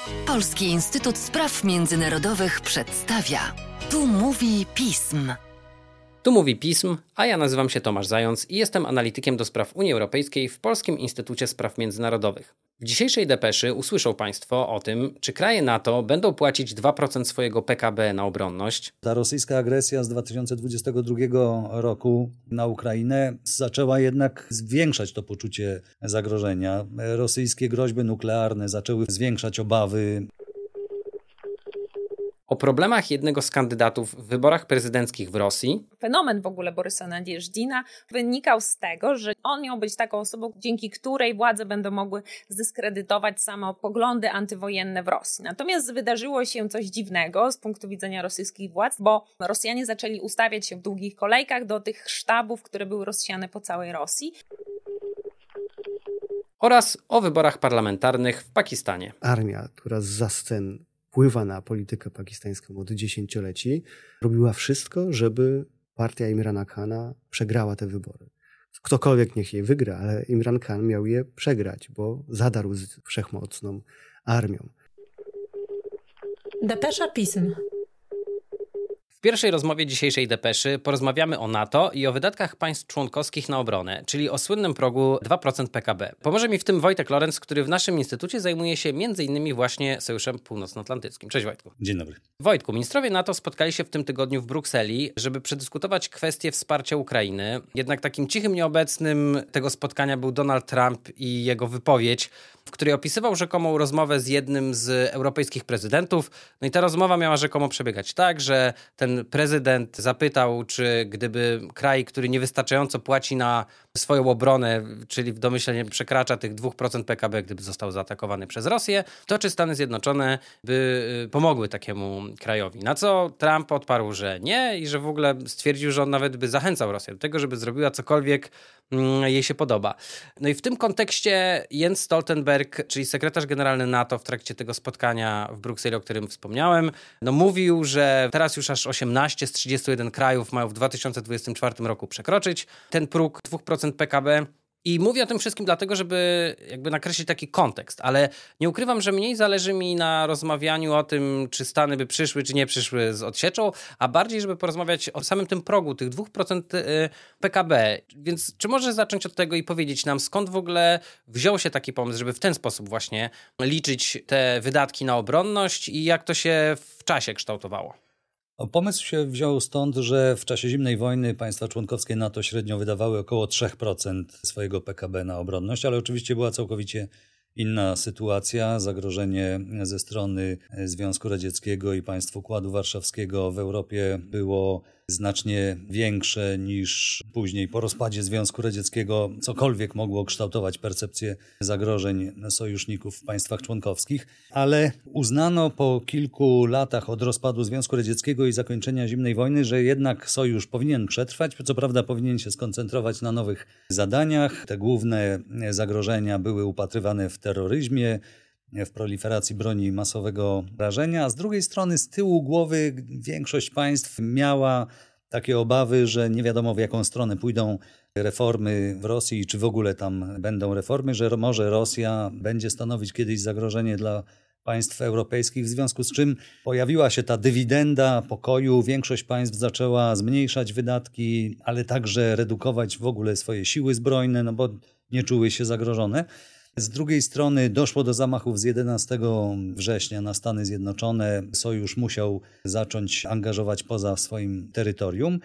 Polski Instytut Spraw Międzynarodowych przedstawia. Tu mówi pism. Tu mówi pism, a ja nazywam się Tomasz Zając i jestem analitykiem do spraw Unii Europejskiej w Polskim Instytucie Spraw Międzynarodowych. W dzisiejszej depeszy usłyszą Państwo o tym, czy kraje NATO będą płacić 2% swojego PKB na obronność. Ta rosyjska agresja z 2022 roku na Ukrainę zaczęła jednak zwiększać to poczucie zagrożenia. Rosyjskie groźby nuklearne zaczęły zwiększać obawy. O problemach jednego z kandydatów w wyborach prezydenckich w Rosji. Fenomen w ogóle Borysa Nadjeżdina wynikał z tego, że on miał być taką osobą, dzięki której władze będą mogły zdyskredytować samo poglądy antywojenne w Rosji. Natomiast wydarzyło się coś dziwnego z punktu widzenia rosyjskich władz, bo Rosjanie zaczęli ustawiać się w długich kolejkach do tych sztabów, które były rozsiane po całej Rosji. Oraz o wyborach parlamentarnych w Pakistanie. Armia, która zza scen wpływa na politykę pakistańską od dziesięcioleci, robiła wszystko, żeby partia Imrana Khana przegrała te wybory. Ktokolwiek niech je wygra, ale Imran Khan miał je przegrać, bo zadarł z wszechmocną armią. Depesza pism. W pierwszej rozmowie dzisiejszej depeszy porozmawiamy o NATO i o wydatkach państw członkowskich na obronę, czyli o słynnym progu 2% PKB. Pomoże mi w tym Wojtek Lorenz, który w naszym instytucie zajmuje się m.in. właśnie Sojuszem Północnoatlantyckim. Cześć Wojtku. Dzień dobry. Wojtku, ministrowie NATO spotkali się w tym tygodniu w Brukseli, żeby przedyskutować kwestię wsparcia Ukrainy. Jednak takim cichym nieobecnym tego spotkania był Donald Trump i jego wypowiedź, w której opisywał rzekomą rozmowę z jednym z europejskich prezydentów. No i ta rozmowa miała rzekomo przebiegać tak, że ten prezydent zapytał, czy gdyby kraj, który niewystarczająco płaci na swoją obronę, czyli w domyśle przekracza tych 2% PKB, gdyby został zaatakowany przez Rosję, to czy Stany Zjednoczone by pomogły takiemu krajowi. Na co Trump odparł, że nie i że w ogóle stwierdził, że on nawet by zachęcał Rosję do tego, żeby zrobiła cokolwiek jej się podoba. No i w tym kontekście Jens Stoltenberg, czyli sekretarz generalny NATO w trakcie tego spotkania w Brukseli, o którym wspomniałem, no mówił, że teraz już aż 18 z 31 krajów mają w 2024 roku przekroczyć ten próg 2% PKB. I mówię o tym wszystkim dlatego, żeby jakby nakreślić taki kontekst, ale nie ukrywam, że mniej zależy mi na rozmawianiu o tym, czy Stany by przyszły, czy nie przyszły z odsieczą, a bardziej, żeby porozmawiać o samym tym progu, tych 2% PKB. Więc czy możesz zacząć od tego i powiedzieć nam, skąd w ogóle wziął się taki pomysł, żeby w ten sposób właśnie liczyć te wydatki na obronność i jak to się w czasie kształtowało? Pomysł się wziął stąd, że w czasie zimnej wojny państwa członkowskie NATO średnio wydawały około 3% swojego PKB na obronność, ale oczywiście była całkowicie inna sytuacja. Zagrożenie ze strony Związku Radzieckiego i państw Układu Warszawskiego w Europie było znacznie większe niż później po rozpadzie Związku Radzieckiego cokolwiek mogło kształtować percepcję zagrożeń sojuszników w państwach członkowskich, ale uznano po kilku latach od rozpadu Związku Radzieckiego i zakończenia zimnej wojny, że jednak sojusz powinien przetrwać, co prawda powinien się skoncentrować na nowych zadaniach. Te główne zagrożenia były upatrywane w terroryzmie, w proliferacji broni masowego rażenia, a z drugiej strony z tyłu głowy większość państw miała takie obawy, że nie wiadomo w jaką stronę pójdą reformy w Rosji, czy w ogóle tam będą reformy, że może Rosja będzie stanowić kiedyś zagrożenie dla państw europejskich, w związku z czym pojawiła się ta dywidenda pokoju, większość państw zaczęła zmniejszać wydatki, ale także redukować w ogóle swoje siły zbrojne, no bo nie czuły się zagrożone. Z drugiej strony doszło do zamachów z 11 września na Stany Zjednoczone. Sojusz musiał zacząć angażować poza swoim terytorium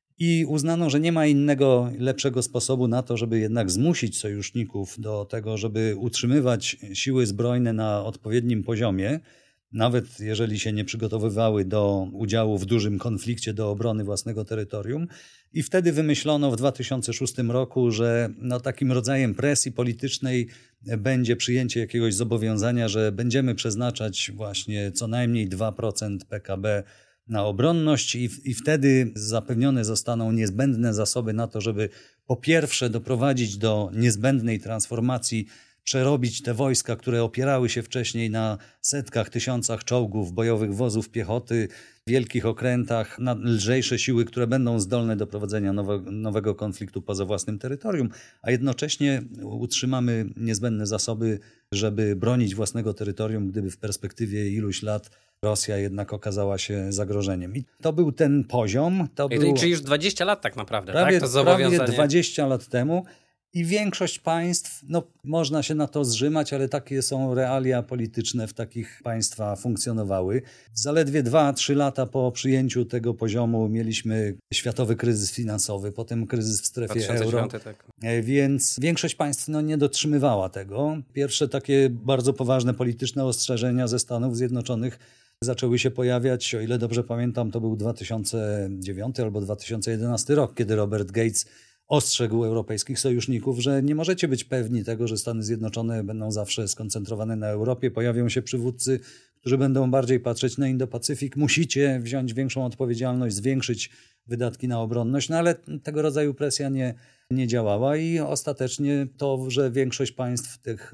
i uznano, że nie ma innego, lepszego sposobu na to, żeby jednak zmusić sojuszników do tego, żeby utrzymywać siły zbrojne na odpowiednim poziomie, nawet jeżeli się nie przygotowywały do udziału w dużym konflikcie do obrony własnego terytorium. I wtedy wymyślono w 2006 roku, że takim rodzajem presji politycznej będzie przyjęcie jakiegoś zobowiązania, że będziemy przeznaczać właśnie co najmniej 2% PKB na obronność i wtedy zapewnione zostaną niezbędne zasoby na to, żeby po pierwsze doprowadzić do niezbędnej transformacji przerobić te wojska, które opierały się wcześniej na setkach, tysiącach czołgów, bojowych wozów piechoty, wielkich okrętach, na lżejsze siły, które będą zdolne do prowadzenia nowego konfliktu poza własnym terytorium, a jednocześnie utrzymamy niezbędne zasoby, żeby bronić własnego terytorium, gdyby w perspektywie iluś lat Rosja jednak okazała się zagrożeniem. I to był ten poziom. Czyli już 20 lat tak naprawdę, prawie, tak? To zobowiązanie. Prawie 20 lat temu. I większość państw, można się na to zrzymać, ale takie są realia polityczne, w takich państwa funkcjonowały. Zaledwie 2-3 lata po przyjęciu tego poziomu mieliśmy światowy kryzys finansowy, potem kryzys w strefie 2009, euro, tak. Więc większość państw nie dotrzymywała tego. Pierwsze takie bardzo poważne polityczne ostrzeżenia ze Stanów Zjednoczonych zaczęły się pojawiać, o ile dobrze pamiętam, to był 2009 albo 2011 rok, kiedy Robert Gates ostrzegł europejskich sojuszników, że nie możecie być pewni tego, że Stany Zjednoczone będą zawsze skoncentrowane na Europie. Pojawią się przywódcy, którzy będą bardziej patrzeć na Indo-Pacyfik. Musicie wziąć większą odpowiedzialność, zwiększyć wydatki na obronność. Ale tego rodzaju presja nie działała i ostatecznie to, że większość państw tych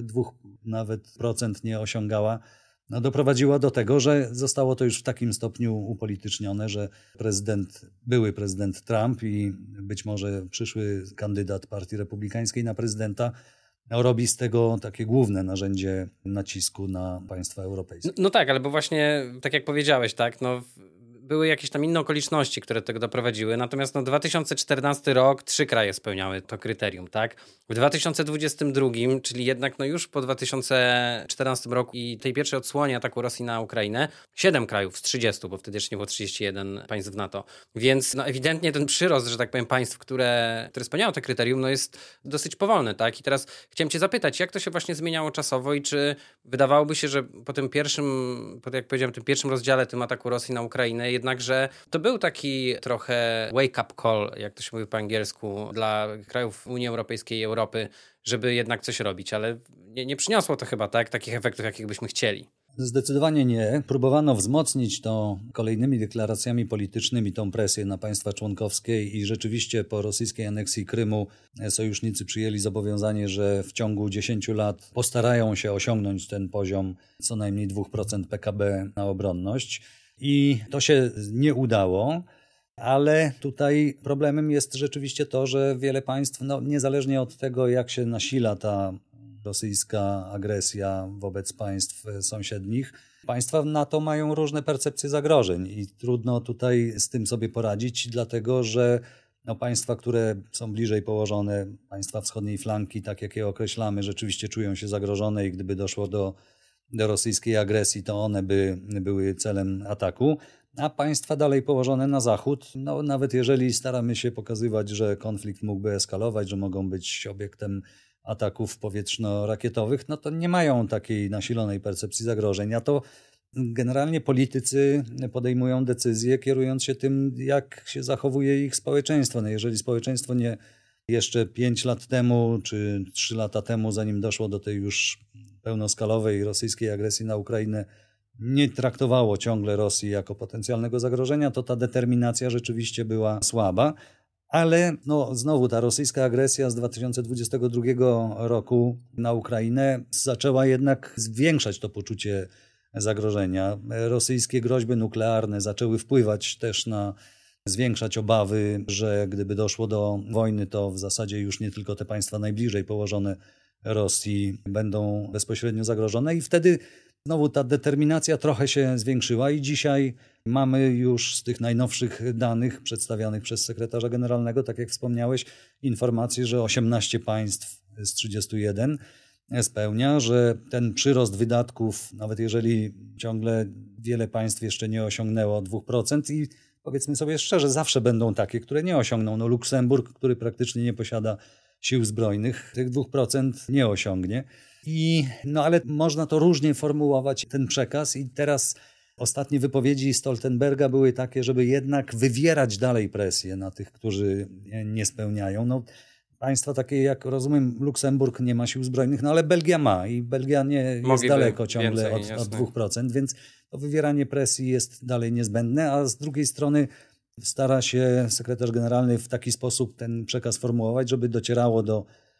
2% nie osiągała, doprowadziła do tego, że zostało to już w takim stopniu upolitycznione, że były prezydent Trump i być może przyszły kandydat Partii Republikańskiej na prezydenta robi z tego takie główne narzędzie nacisku na państwa europejskie. No tak, ale bo właśnie, tak jak powiedziałeś, tak, były jakieś tam inne okoliczności, które do tego doprowadziły. Natomiast 2014 rok 3 kraje spełniały to kryterium, tak? W 2022, czyli jednak już po 2014 roku i tej pierwszej odsłonie ataku Rosji na Ukrainę, 7 krajów z 30, bo wtedy jeszcze nie było 31 państw w NATO. Więc ewidentnie ten przyrost, że tak powiem, państw, które spełniają to kryterium, jest dosyć powolny, tak? I teraz chciałem cię zapytać, jak to się właśnie zmieniało czasowo i czy wydawałoby się, że po tym jak powiedziałem, tym pierwszym rozdziale, tym ataku Rosji na Ukrainę, jednakże to był taki trochę wake-up call, jak to się mówi po angielsku, dla krajów Unii Europejskiej i Europy, żeby jednak coś robić, ale nie przyniosło to chyba takich efektów, jakich byśmy chcieli. Zdecydowanie nie. Próbowano wzmocnić to kolejnymi deklaracjami politycznymi, tą presję na państwa członkowskie i rzeczywiście po rosyjskiej aneksji Krymu sojusznicy przyjęli zobowiązanie, że w ciągu 10 lat postarają się osiągnąć ten poziom co najmniej 2% PKB na obronność. I to się nie udało, ale tutaj problemem jest rzeczywiście to, że wiele państw, niezależnie od tego, jak się nasila ta rosyjska agresja wobec państw sąsiednich, państwa NATO mają różne percepcje zagrożeń i trudno tutaj z tym sobie poradzić, dlatego że państwa, które są bliżej położone, państwa wschodniej flanki, tak jak je określamy, rzeczywiście czują się zagrożone i gdyby doszło do rosyjskiej agresji, to one by były celem ataku, a państwa dalej położone na zachód, nawet jeżeli staramy się pokazywać, że konflikt mógłby eskalować, że mogą być obiektem ataków powietrzno-rakietowych, to nie mają takiej nasilonej percepcji zagrożeń, a to generalnie politycy podejmują decyzje, kierując się tym, jak się zachowuje ich społeczeństwo. Jeżeli społeczeństwo jeszcze 5 lat temu, czy 3 lata temu, zanim doszło do tej już pełnoskalowej rosyjskiej agresji na Ukrainę, nie traktowało ciągle Rosji jako potencjalnego zagrożenia, to ta determinacja rzeczywiście była słaba. Ale znowu ta rosyjska agresja z 2022 roku na Ukrainę zaczęła jednak zwiększać to poczucie zagrożenia. Rosyjskie groźby nuklearne zaczęły wpływać też zwiększać obawy, że gdyby doszło do wojny, to w zasadzie już nie tylko te państwa najbliżej położone Rosji będą bezpośrednio zagrożone i wtedy znowu ta determinacja trochę się zwiększyła i dzisiaj mamy już z tych najnowszych danych przedstawionych przez sekretarza generalnego, tak jak wspomniałeś, informację, że 18 państw z 31 spełnia, że ten przyrost wydatków, nawet jeżeli ciągle wiele państw jeszcze nie osiągnęło 2% i powiedzmy sobie szczerze, zawsze będą takie, które nie osiągną. Luksemburg, który praktycznie nie posiada sił zbrojnych, tych 2% nie osiągnie. Ale można to różnie formułować, ten przekaz i teraz ostatnie wypowiedzi Stoltenberga były takie, żeby jednak wywierać dalej presję na tych, którzy nie spełniają. Państwa takie jak, rozumiem, Luksemburg nie ma sił zbrojnych, ale Belgia ma i Belgia nie jest daleko ciągle od 2%, więc to wywieranie presji jest dalej niezbędne, a z drugiej strony stara się sekretarz generalny w taki sposób ten przekaz formułować, żeby docierało do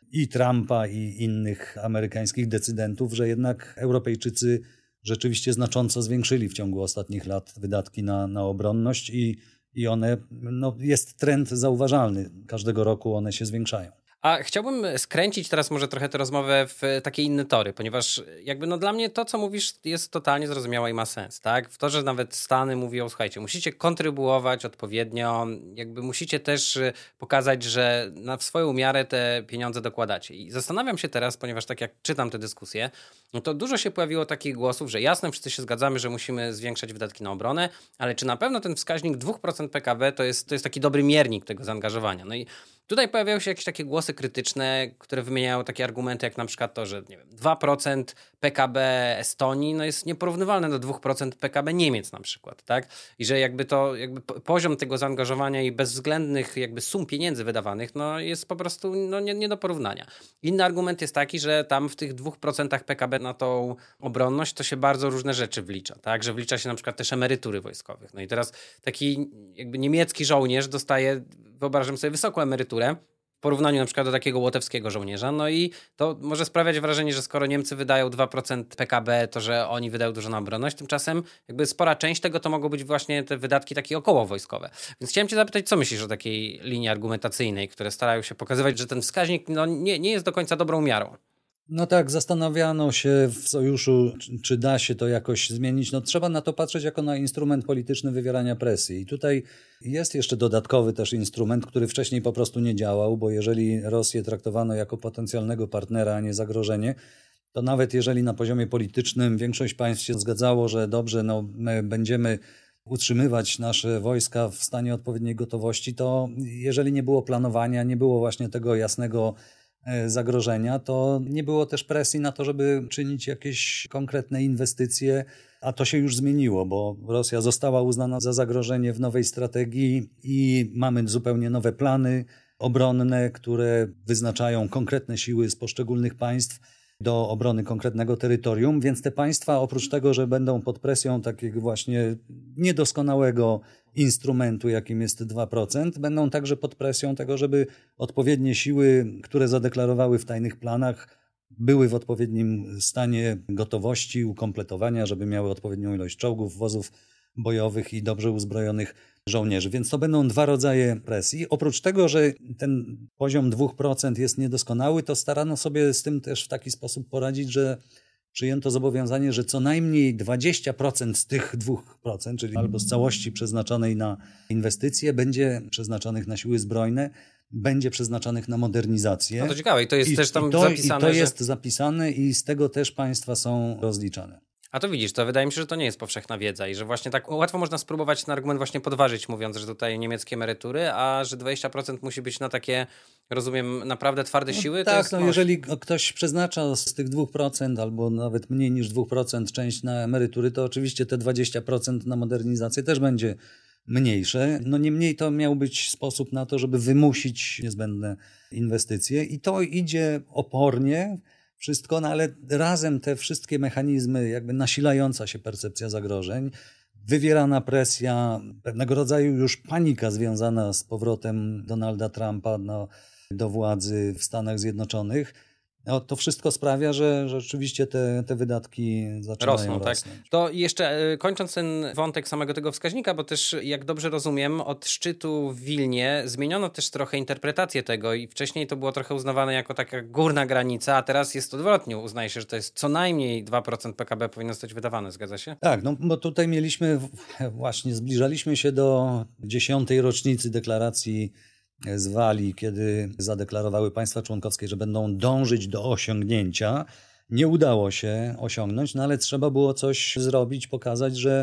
i Trumpa, i innych amerykańskich decydentów, że jednak Europejczycy rzeczywiście znacząco zwiększyli w ciągu ostatnich lat wydatki na obronność i one, jest trend zauważalny. Każdego roku one się zwiększają. A chciałbym skręcić teraz może trochę tę rozmowę w takie inne tory, ponieważ jakby dla mnie to, co mówisz, jest totalnie zrozumiałe i ma sens, tak? W to, że nawet Stany mówią, słuchajcie, musicie kontrybuować odpowiednio, jakby musicie też pokazać, że w swoją miarę te pieniądze dokładacie. I zastanawiam się teraz, ponieważ tak jak czytam tę dyskusję, to dużo się pojawiło takich głosów, że jasne, wszyscy się zgadzamy, że musimy zwiększać wydatki na obronę, ale czy na pewno ten wskaźnik 2% PKB to jest taki dobry miernik tego zaangażowania? No i tutaj pojawiają się jakieś takie głosy krytyczne, które wymieniają takie argumenty jak na przykład to, że 2% PKB Estonii jest nieporównywalne do 2% PKB Niemiec na przykład, tak? I że jakby poziom tego zaangażowania i bezwzględnych sum pieniędzy wydawanych jest po prostu nie do porównania. Inny argument jest taki, że tam w tych 2% PKB na tą obronność to się bardzo różne rzeczy wlicza, tak? Że wlicza się na przykład też emerytury wojskowych. No i teraz taki niemiecki żołnierz dostaje, wyobrażam sobie, wysoką emeryturę w porównaniu na przykład do takiego łotewskiego żołnierza. No i to może sprawiać wrażenie, że skoro Niemcy wydają 2% PKB, to że oni wydają dużo na obronność. Tymczasem spora część tego to mogą być właśnie te wydatki takie okołowojskowe. Więc chciałem cię zapytać, co myślisz o takiej linii argumentacyjnej, które starają się pokazywać, że ten wskaźnik nie jest do końca dobrą miarą? No tak, zastanawiano się w sojuszu, czy da się to jakoś zmienić. Trzeba na to patrzeć jako na instrument polityczny wywierania presji. I tutaj jest jeszcze dodatkowy też instrument, który wcześniej po prostu nie działał, bo jeżeli Rosję traktowano jako potencjalnego partnera, a nie zagrożenie, to nawet jeżeli na poziomie politycznym większość państw się zgadzało, że dobrze, my będziemy utrzymywać nasze wojska w stanie odpowiedniej gotowości, to jeżeli nie było planowania, nie było właśnie tego jasnego zagrożenia, to nie było też presji na to, żeby czynić jakieś konkretne inwestycje, a to się już zmieniło, bo Rosja została uznana za zagrożenie w nowej strategii i mamy zupełnie nowe plany obronne, które wyznaczają konkretne siły z poszczególnych państw do obrony konkretnego terytorium, więc te państwa oprócz tego, że będą pod presją takiego właśnie niedoskonałego instrumentu, jakim jest 2%, będą także pod presją tego, żeby odpowiednie siły, które zadeklarowały w tajnych planach, były w odpowiednim stanie gotowości, ukompletowania, żeby miały odpowiednią ilość czołgów, wozów bojowych i dobrze uzbrojonych żołnierzy. Więc to będą dwa rodzaje presji. Oprócz tego, że ten poziom 2% jest niedoskonały, to starano sobie z tym też w taki sposób poradzić, że przyjęto zobowiązanie, że co najmniej 20% z tych 2%, czyli albo z całości przeznaczonej na inwestycje, będzie przeznaczonych na siły zbrojne, będzie przeznaczonych na modernizację. No to ciekawe i to jest też tam zapisane. I to jest zapisane i z tego też państwa są rozliczane. A to widzisz, to wydaje mi się, że to nie jest powszechna wiedza i że właśnie tak łatwo można spróbować ten argument właśnie podważyć, mówiąc, że tutaj niemieckie emerytury, a że 20% musi być na takie, rozumiem, naprawdę twarde siły. Tak, jeżeli ktoś przeznacza z tych 2% albo nawet mniej niż 2% część na emerytury, to oczywiście te 20% na modernizację też będzie mniejsze. Niemniej to miał być sposób na to, żeby wymusić niezbędne inwestycje i to idzie opornie wszystko, ale razem te wszystkie mechanizmy, nasilająca się percepcja zagrożeń, wywierana presja, pewnego rodzaju już panika związana z powrotem Donalda Trumpa do władzy w Stanach Zjednoczonych, to wszystko sprawia, że rzeczywiście te wydatki zaczynają rosnąć. Tak? To jeszcze kończąc ten wątek samego tego wskaźnika, bo też jak dobrze rozumiem, od szczytu w Wilnie zmieniono też trochę interpretację tego i wcześniej to było trochę uznawane jako taka górna granica, a teraz jest odwrotnie. Uznaje się, że to jest co najmniej 2% PKB powinno zostać wydawane, zgadza się? Tak, bo tutaj zbliżaliśmy się do 10. rocznicy deklaracji z Walii, kiedy zadeklarowały państwa członkowskie, że będą dążyć do osiągnięcia. Nie udało się osiągnąć, ale trzeba było coś zrobić, pokazać, że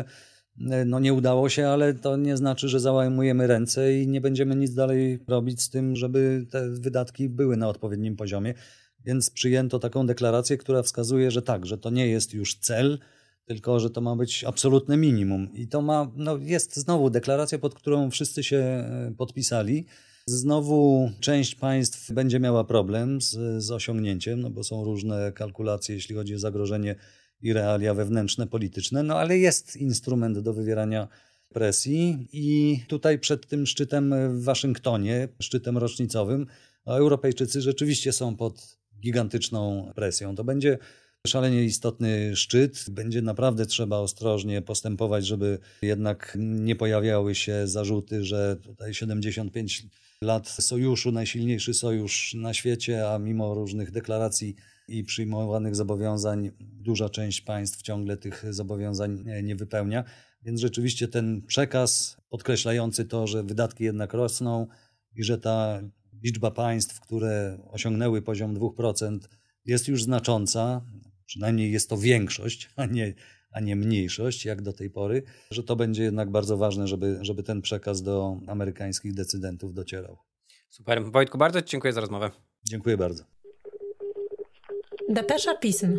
nie udało się, ale to nie znaczy, że załamujemy ręce i nie będziemy nic dalej robić z tym, żeby te wydatki były na odpowiednim poziomie. Więc przyjęto taką deklarację, która wskazuje, że tak, że to nie jest już cel, tylko że to ma być absolutne minimum. I to jest znowu deklaracja, pod którą wszyscy się podpisali. Znowu część państw będzie miała problem z osiągnięciem, bo są różne kalkulacje, jeśli chodzi o zagrożenie i realia wewnętrzne, polityczne, ale jest instrument do wywierania presji i tutaj przed tym szczytem w Waszyngtonie, szczytem rocznicowym, a Europejczycy rzeczywiście są pod gigantyczną presją. To będzie szalenie istotny szczyt. Będzie naprawdę trzeba ostrożnie postępować, żeby jednak nie pojawiały się zarzuty, że tutaj 75 lat sojuszu, najsilniejszy sojusz na świecie, a mimo różnych deklaracji i przyjmowanych zobowiązań duża część państw ciągle tych zobowiązań nie wypełnia. Więc rzeczywiście ten przekaz podkreślający to, że wydatki jednak rosną i że ta liczba państw, które osiągnęły poziom 2%, jest już znacząca, przynajmniej jest to większość, a nie mniejszość jak do tej pory, że to będzie jednak bardzo ważne, żeby ten przekaz do amerykańskich decydentów docierał. Super. Wojtku, bardzo Ci dziękuję za rozmowę. Dziękuję bardzo. Depesza pism.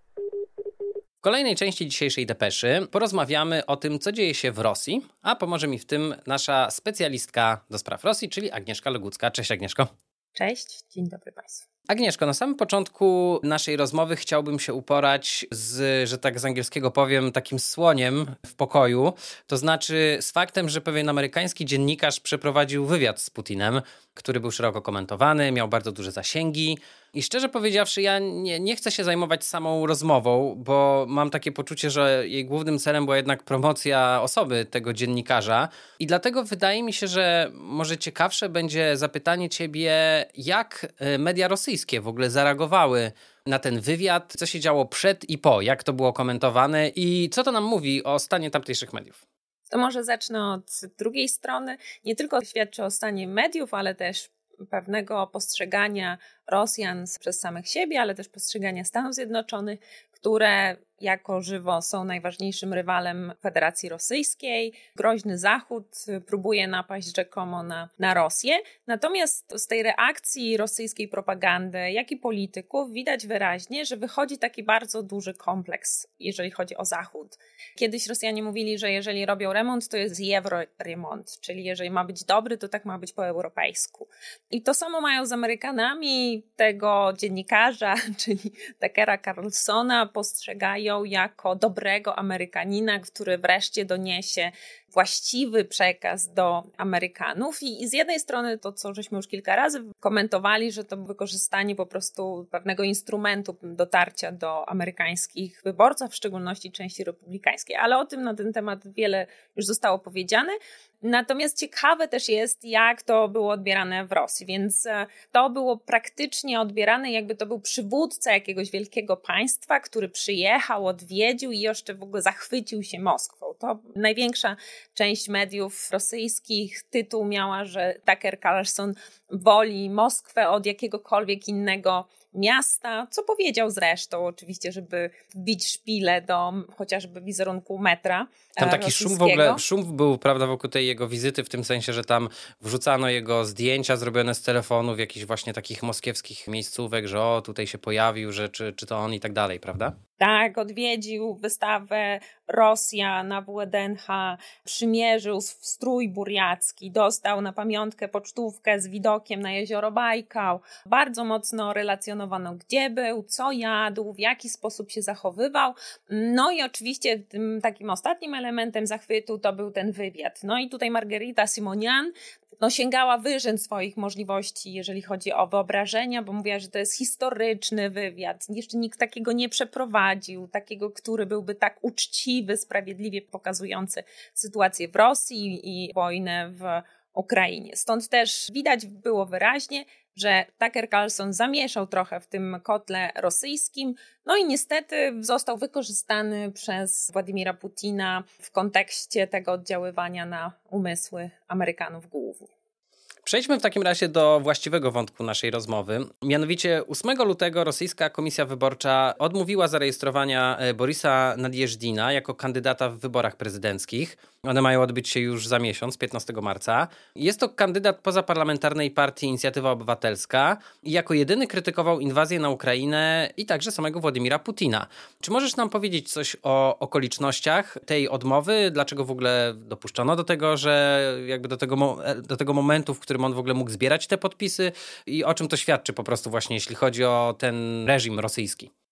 W kolejnej części dzisiejszej depeszy porozmawiamy o tym, co dzieje się w Rosji, a pomoże mi w tym nasza specjalistka do spraw Rosji, czyli Agnieszka Legucka. Cześć Agnieszko. Cześć, dzień dobry Państwu. Agnieszko, na samym początku naszej rozmowy chciałbym się uporać z, że tak z angielskiego powiem, takim słoniem w pokoju. To znaczy z faktem, że pewien amerykański dziennikarz przeprowadził wywiad z Putinem, który był szeroko komentowany, miał bardzo duże zasięgi. I szczerze powiedziawszy, ja nie chcę się zajmować samą rozmową, bo mam takie poczucie, że jej głównym celem była jednak promocja osoby tego dziennikarza. I dlatego wydaje mi się, że może ciekawsze będzie zapytanie Ciebie, jak media rosyjskie w ogóle zareagowały na ten wywiad, co się działo przed i po, jak to było komentowane i co to nam mówi o stanie tamtejszych mediów. To może zacznę od drugiej strony. Nie tylko świadczy o stanie mediów, ale też pewnego postrzegania Rosjan przez samych siebie, ale też postrzegania Stanów Zjednoczonych, które jako żywo są najważniejszym rywalem Federacji Rosyjskiej. Groźny Zachód próbuje napaść rzekomo na Rosję. Natomiast z tej reakcji rosyjskiej propagandy, jak i polityków widać wyraźnie, że wychodzi taki bardzo duży kompleks, jeżeli chodzi o Zachód. Kiedyś Rosjanie mówili, że jeżeli robią remont, to jest euroremont, czyli jeżeli ma być dobry, to tak ma być po europejsku. I to samo mają z Amerykanami. Tego dziennikarza, czyli Tuckera Carlsona, postrzegają jako dobrego Amerykanina, który wreszcie doniesie właściwy przekaz do Amerykanów. I z jednej strony to, co żeśmy już kilka razy komentowali, że to wykorzystanie po prostu pewnego instrumentu dotarcia do amerykańskich wyborców, w szczególności części republikańskiej. Ale o tym na ten temat wiele już zostało powiedziane. Natomiast ciekawe też jest, jak to było odbierane w Rosji, więc to było praktycznie odbierane, jakby to był przywódca jakiegoś wielkiego państwa, który przyjechał, odwiedził i jeszcze w ogóle zachwycił się Moskwą. To największa część mediów rosyjskich tytuł miała, że Tucker Carlson woli Moskwę od jakiegokolwiek innego miasta, co powiedział zresztą oczywiście, żeby wbić szpilę do chociażby wizerunku metra. Tam taki szum w ogóle, szum był, prawda, wokół tej jego wizyty, w tym sensie, że tam wrzucano jego zdjęcia zrobione z telefonów, jakichś właśnie takich moskiewskich miejscówek, że o, tutaj się pojawił, że czy to on i tak dalej, prawda? Tak, odwiedził wystawę Rosja na WDNH, przymierzył strój burjacki, dostał na pamiątkę pocztówkę z widokiem na jezioro Bajkał. Bardzo mocno relacjonowano, gdzie był, co jadł, w jaki sposób się zachowywał. No i oczywiście tym takim ostatnim elementem zachwytu to był ten wywiad. No i tutaj Margarita Simonian sięgała wyżyn swoich możliwości, jeżeli chodzi o wyobrażenia, bo mówiła, że to jest historyczny wywiad. Jeszcze nikt takiego nie przeprowadził, takiego, który byłby tak uczciwy, sprawiedliwie pokazujący sytuację w Rosji i wojnę w Ukrainie. Stąd też widać było wyraźnie, że Tucker Carlson zamieszał trochę w tym kotle rosyjskim, no i niestety został wykorzystany przez Władimira Putina w kontekście tego oddziaływania na umysły Amerykanów głównie. Przejdźmy w takim razie do właściwego wątku naszej rozmowy. Mianowicie 8 lutego rosyjska komisja wyborcza odmówiła zarejestrowania Borisa Nadjeżdina jako kandydata w wyborach prezydenckich. One mają odbyć się już za miesiąc, 15 marca. Jest to kandydat pozaparlamentarnej partii Inicjatywa Obywatelska i jako jedyny krytykował inwazję na Ukrainę i także samego Władimira Putina. Czy możesz nam powiedzieć coś o okolicznościach tej odmowy? Dlaczego w ogóle dopuszczono do tego, że jakby do tego momentu, w którym on w ogóle mógł zbierać te podpisy i o czym to świadczy po prostu właśnie, jeśli chodzi o ten reżim rosyjski?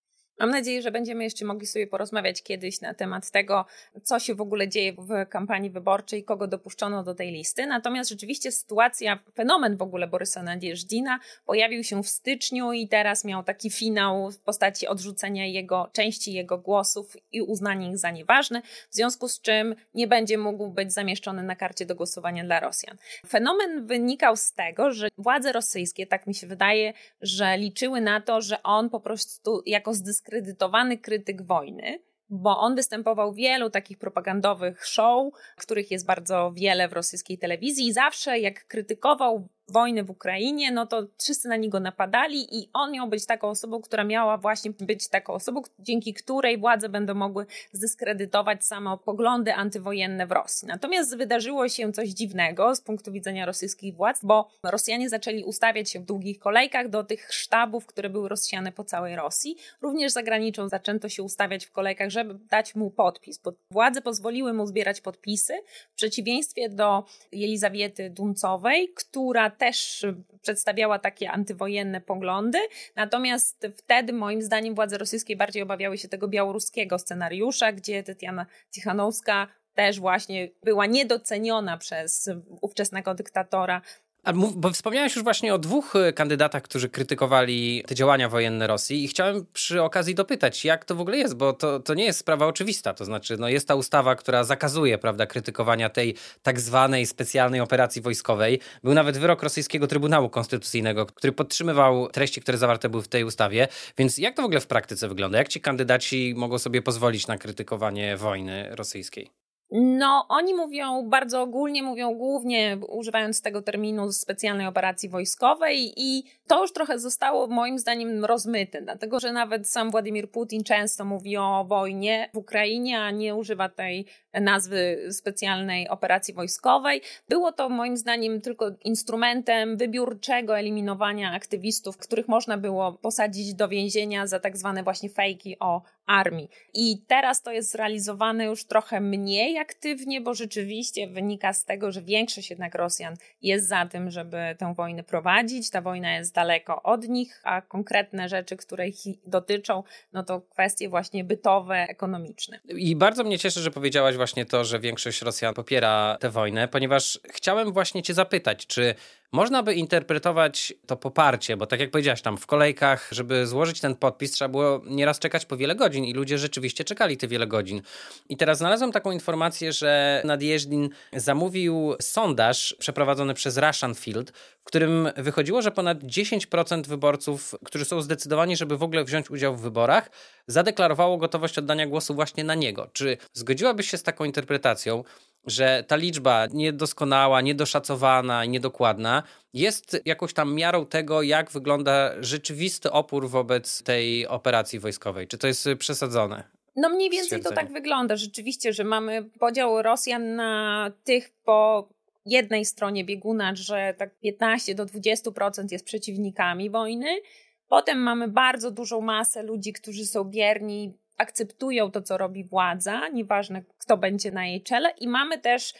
Mam nadzieję, że będziemy jeszcze mogli sobie porozmawiać kiedyś na temat tego, co się w ogóle dzieje w kampanii wyborczej, kogo dopuszczono do tej listy. Natomiast rzeczywiście fenomen w ogóle Borysa Nadjeżdina pojawił się w styczniu i teraz miał taki finał w postaci odrzucenia części jego głosów i uznania ich za nieważne, w związku z czym nie będzie mógł być zamieszczony na karcie do głosowania dla Rosjan. Fenomen wynikał z tego, że władze rosyjskie, tak mi się wydaje, że liczyły na to, że on po prostu jako zdyskredytowany krytyk wojny, bo on występował w wielu takich propagandowych show, których jest bardzo wiele w rosyjskiej telewizji i zawsze jak krytykował wojny w Ukrainie, no to wszyscy na niego napadali i on miał być taką osobą, która miała właśnie być taką osobą, dzięki której władze będą mogły zdyskredytować samo poglądy antywojenne w Rosji. Natomiast wydarzyło się coś dziwnego z punktu widzenia rosyjskich władz, bo Rosjanie zaczęli ustawiać się w długich kolejkach do tych sztabów, które były rozsiane po całej Rosji. Również za granicą zaczęto się ustawiać w kolejkach, żeby dać mu podpis, bo władze pozwoliły mu zbierać podpisy, w przeciwieństwie do Jelizawiety Duncowej, która też przedstawiała takie antywojenne poglądy, natomiast wtedy moim zdaniem władze rosyjskie bardziej obawiały się tego białoruskiego scenariusza, gdzie Tatiana Tichanowska też właśnie była niedoceniona przez ówczesnego dyktatora. Bo wspomniałeś już właśnie o dwóch kandydatach, którzy krytykowali te działania wojenne Rosji i chciałem przy okazji dopytać, jak to w ogóle jest, bo to nie jest sprawa oczywista, to znaczy jest ta ustawa, która zakazuje, prawda, krytykowania tej tak zwanej specjalnej operacji wojskowej. Był nawet wyrok rosyjskiego Trybunału Konstytucyjnego, który podtrzymywał treści, które zawarte były w tej ustawie, więc jak to w ogóle w praktyce wygląda? Jak ci kandydaci mogą sobie pozwolić na krytykowanie wojny rosyjskiej? No, oni mówią bardzo ogólnie, mówią głównie używając tego terminu specjalnej operacji wojskowej i to już trochę zostało moim zdaniem rozmyte, dlatego że nawet sam Władimir Putin często mówi o wojnie w Ukrainie, a nie używa tej nazwy specjalnej operacji wojskowej. Było to moim zdaniem tylko instrumentem wybiórczego eliminowania aktywistów, których można było posadzić do więzienia za tak zwane właśnie fejki o armii. I teraz to jest zrealizowane już trochę mniej aktywnie, bo rzeczywiście wynika z tego, że większość jednak Rosjan jest za tym, żeby tę wojnę prowadzić. Ta wojna jest daleko od nich, a konkretne rzeczy, które ich dotyczą, no to kwestie właśnie bytowe, ekonomiczne. I bardzo mnie cieszy, że powiedziałaś właśnie to, że większość Rosjan popiera tę wojnę, ponieważ chciałem właśnie cię zapytać, czy można by interpretować to poparcie, bo tak jak powiedziałaś, tam w kolejkach, żeby złożyć ten podpis, trzeba było nieraz czekać po wiele godzin i ludzie rzeczywiście czekali te wiele godzin. I teraz znalazłem taką informację, że Nadjeżdin zamówił sondaż przeprowadzony przez Russian Field, w którym wychodziło, że ponad 10% wyborców, którzy są zdecydowani, żeby w ogóle wziąć udział w wyborach, zadeklarowało gotowość oddania głosu właśnie na niego. Czy zgodziłabyś się z taką interpretacją, że ta liczba niedoskonała, niedoszacowana i niedokładna jest jakąś tam miarą tego, jak wygląda rzeczywisty opór wobec tej operacji wojskowej? Czy to jest przesadzone? No mniej więcej to tak wygląda rzeczywiście, że mamy podział Rosjan na tych po jednej stronie bieguna, że tak 15 do 20% jest przeciwnikami wojny. Potem mamy bardzo dużą masę ludzi, którzy są bierni, akceptują to, co robi władza, nieważne kto będzie na jej czele, i mamy też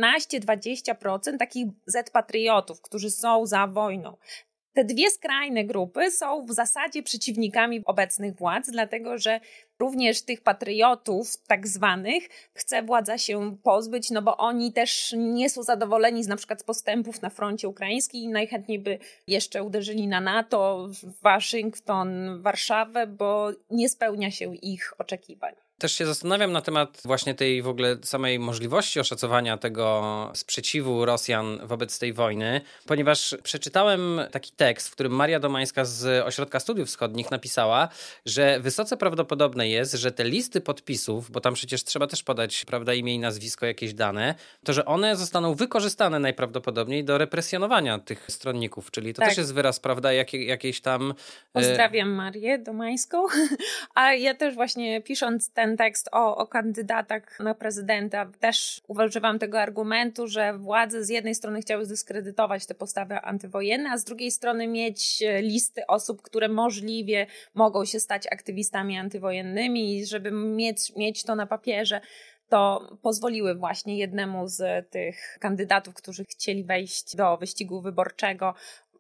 15-20% takich Z-patriotów, którzy są za wojną. Te dwie skrajne grupy są w zasadzie przeciwnikami obecnych władz, dlatego że również tych patriotów tak zwanych chce władza się pozbyć, no bo oni też nie są zadowoleni na przykład z postępów na froncie ukraińskim i najchętniej by jeszcze uderzyli na NATO, Waszyngton, Warszawę, bo nie spełnia się ich oczekiwań. Też się zastanawiam na temat właśnie tej w ogóle samej możliwości oszacowania tego sprzeciwu Rosjan wobec tej wojny, ponieważ przeczytałem taki tekst, w którym Maria Domańska z Ośrodka Studiów Wschodnich napisała, że wysoce prawdopodobne jest, że te listy podpisów, bo tam przecież trzeba też podać, prawda, imię i nazwisko, jakieś dane, to że one zostaną wykorzystane najprawdopodobniej do represjonowania tych stronników, czyli to też jest wyraz, prawda, jakiejś tam... Pozdrawiam Marię Domańską, a ja też właśnie pisząc ten tekst o kandydatach na prezydenta też używam tego argumentu, że władze z jednej strony chciały zdyskredytować te postawy antywojenne, a z drugiej strony mieć listy osób, które możliwie mogą się stać aktywistami antywojennymi i żeby mieć to na papierze, to pozwoliły właśnie jednemu z tych kandydatów, którzy chcieli wejść do wyścigu wyborczego,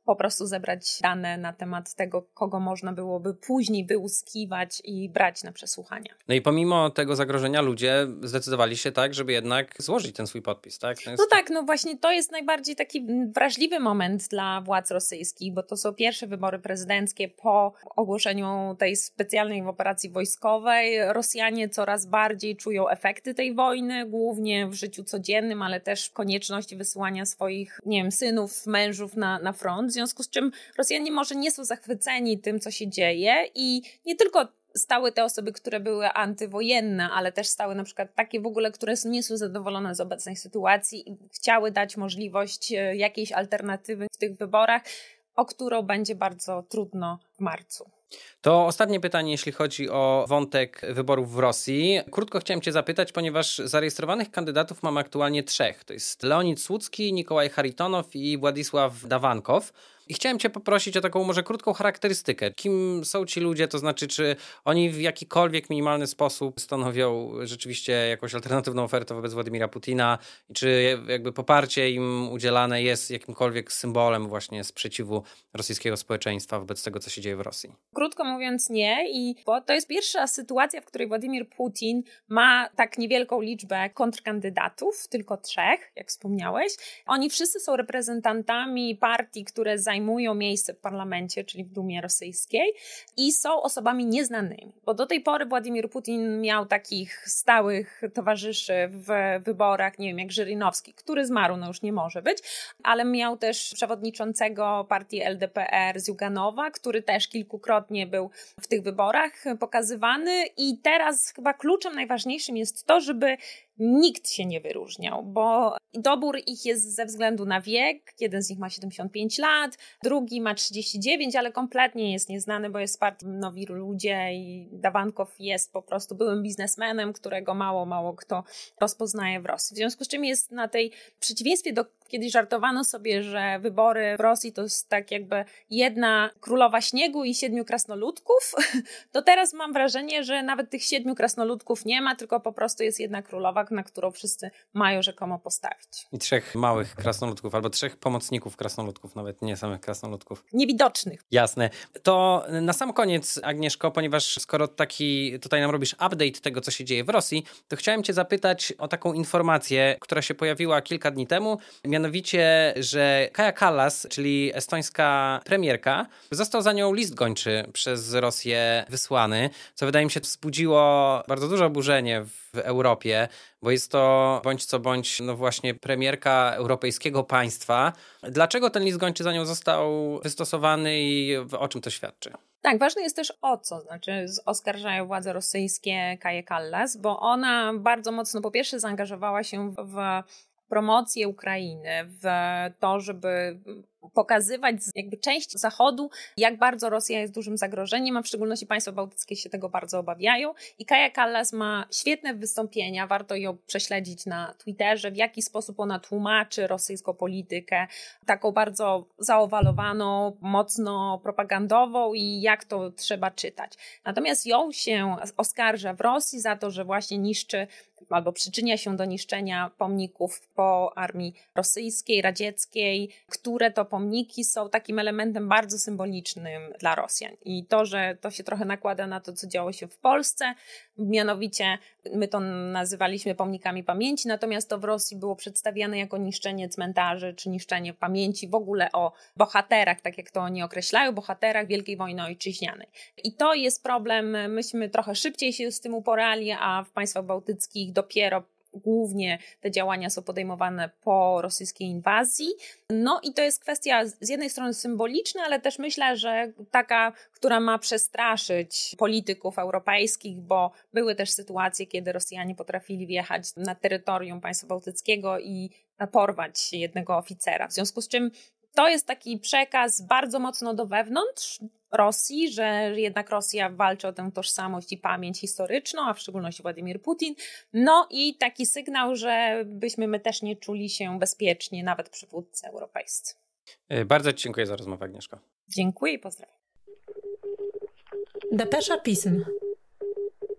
po prostu zebrać dane na temat tego, kogo można byłoby później wyłuskiwać i brać na przesłuchania. No i pomimo tego zagrożenia ludzie zdecydowali się tak, żeby jednak złożyć ten swój podpis, tak? No tak, no właśnie to jest najbardziej taki wrażliwy moment dla władz rosyjskich, bo to są pierwsze wybory prezydenckie po ogłoszeniu tej specjalnej operacji wojskowej. Rosjanie coraz bardziej czują efekty tej wojny, głównie w życiu codziennym, ale też w konieczności wysyłania swoich, nie wiem, synów, mężów na front, w związku z czym Rosjanie może nie są zachwyceni tym, co się dzieje i nie tylko stały te osoby, które były antywojenne, ale też stały na przykład takie w ogóle, które nie są zadowolone z obecnej sytuacji i chciały dać możliwość jakiejś alternatywy w tych wyborach, o którą będzie bardzo trudno w marcu. To ostatnie pytanie, jeśli chodzi o wątek wyborów w Rosji. Krótko chciałem cię zapytać, ponieważ zarejestrowanych kandydatów mamy aktualnie 3. To jest Leonid Słucki, Nikołaj Charitonow i Władysław Dawankow. I chciałem cię poprosić o taką może krótką charakterystykę. Kim są ci ludzie, to znaczy czy oni w jakikolwiek minimalny sposób stanowią rzeczywiście jakąś alternatywną ofertę wobec Władimira Putina i czy jakby poparcie im udzielane jest jakimkolwiek symbolem właśnie sprzeciwu rosyjskiego społeczeństwa wobec tego, co się dzieje w Rosji? Krótko mówiąc nie, bo to jest pierwsza sytuacja, w której Władimir Putin ma tak niewielką liczbę kontrkandydatów, tylko 3, jak wspomniałeś. Oni wszyscy są reprezentantami partii, które zajmują miejsce w parlamencie, czyli w Dumie rosyjskiej i są osobami nieznanymi, bo do tej pory Władimir Putin miał takich stałych towarzyszy w wyborach, nie wiem, jak Żyrynowski, który zmarł, no już nie może być, ale miał też przewodniczącego partii LDPR Ziuganowa, który też kilkukrotnie był w tych wyborach pokazywany i teraz chyba kluczem najważniejszym jest to, żeby nikt się nie wyróżniał, bo dobór ich jest ze względu na wiek. Jeden z nich ma 75 lat, drugi ma 39, ale kompletnie jest nieznany, bo jest z partii Nowi Ludzie i Dawankow jest po prostu byłym biznesmenem, którego mało kto rozpoznaje w Rosji. W związku z czym jest na tej, w przeciwieństwie do kiedyś żartowano sobie, że wybory w Rosji to jest tak jakby jedna królowa śniegu i 7 krasnoludków, to teraz mam wrażenie, że nawet tych 7 krasnoludków nie ma, tylko po prostu jest jedna królowa, na którą wszyscy mają rzekomo postawić. I 3 małych krasnoludków, albo 3 pomocników krasnoludków, nawet nie samych krasnoludków. Niewidocznych. Jasne. To na sam koniec, Agnieszko, ponieważ skoro taki tutaj nam robisz update tego, co się dzieje w Rosji, to chciałem cię zapytać o taką informację, która się pojawiła kilka dni temu, mianowicie, że Kaja Kallas, czyli estońska premierka, został za nią list gończy przez Rosję wysłany, co wydaje mi się wzbudziło bardzo duże oburzenie w Europie, bo jest to bądź co bądź no właśnie premierka europejskiego państwa. Dlaczego ten list gończy za nią został wystosowany i o czym to świadczy? Tak, ważne jest też o co, znaczy oskarżają władze rosyjskie Kaję Kallas, bo ona bardzo mocno po pierwsze zaangażowała się w promocję Ukrainy, w to, żeby pokazywać jakby część Zachodu, jak bardzo Rosja jest dużym zagrożeniem, a w szczególności państwa bałtyckie się tego bardzo obawiają. I Kaja Kallas ma świetne wystąpienia, warto ją prześledzić na Twitterze, w jaki sposób ona tłumaczy rosyjską politykę, taką bardzo zaowalowaną, mocno propagandową i jak to trzeba czytać. Natomiast ją się oskarża w Rosji za to, że właśnie niszczy albo przyczynia się do niszczenia pomników po armii rosyjskiej, radzieckiej, które to pomniki są takim elementem bardzo symbolicznym dla Rosjan. I to, że to się trochę nakłada na to, co działo się w Polsce, mianowicie my to nazywaliśmy pomnikami pamięci, natomiast to w Rosji było przedstawiane jako niszczenie cmentarzy, czy niszczenie pamięci w ogóle o bohaterach, tak jak to oni określają, bohaterach Wielkiej Wojny Ojczyźnianej. I to jest problem, myśmy trochę szybciej się z tym uporali, a w państwach bałtyckich dopiero głównie te działania są podejmowane po rosyjskiej inwazji. No i to jest kwestia z jednej strony symboliczna, ale też myślę, że taka, która ma przestraszyć polityków europejskich, bo były też sytuacje, kiedy Rosjanie potrafili wjechać na terytorium państwa bałtyckiego i porwać jednego oficera. W związku z czym to jest taki przekaz bardzo mocno do wewnątrz Rosji, że jednak Rosja walczy o tę tożsamość i pamięć historyczną, a w szczególności Władimir Putin. No i taki sygnał, że byśmy my też nie czuli się bezpiecznie, nawet przywódcy europejscy. Bardzo ci dziękuję za rozmowę, Agnieszko. Dziękuję i pozdrawiam. Depesza Pism.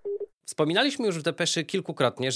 Wspominaliśmy już w Depeszy kilkukrotnie, że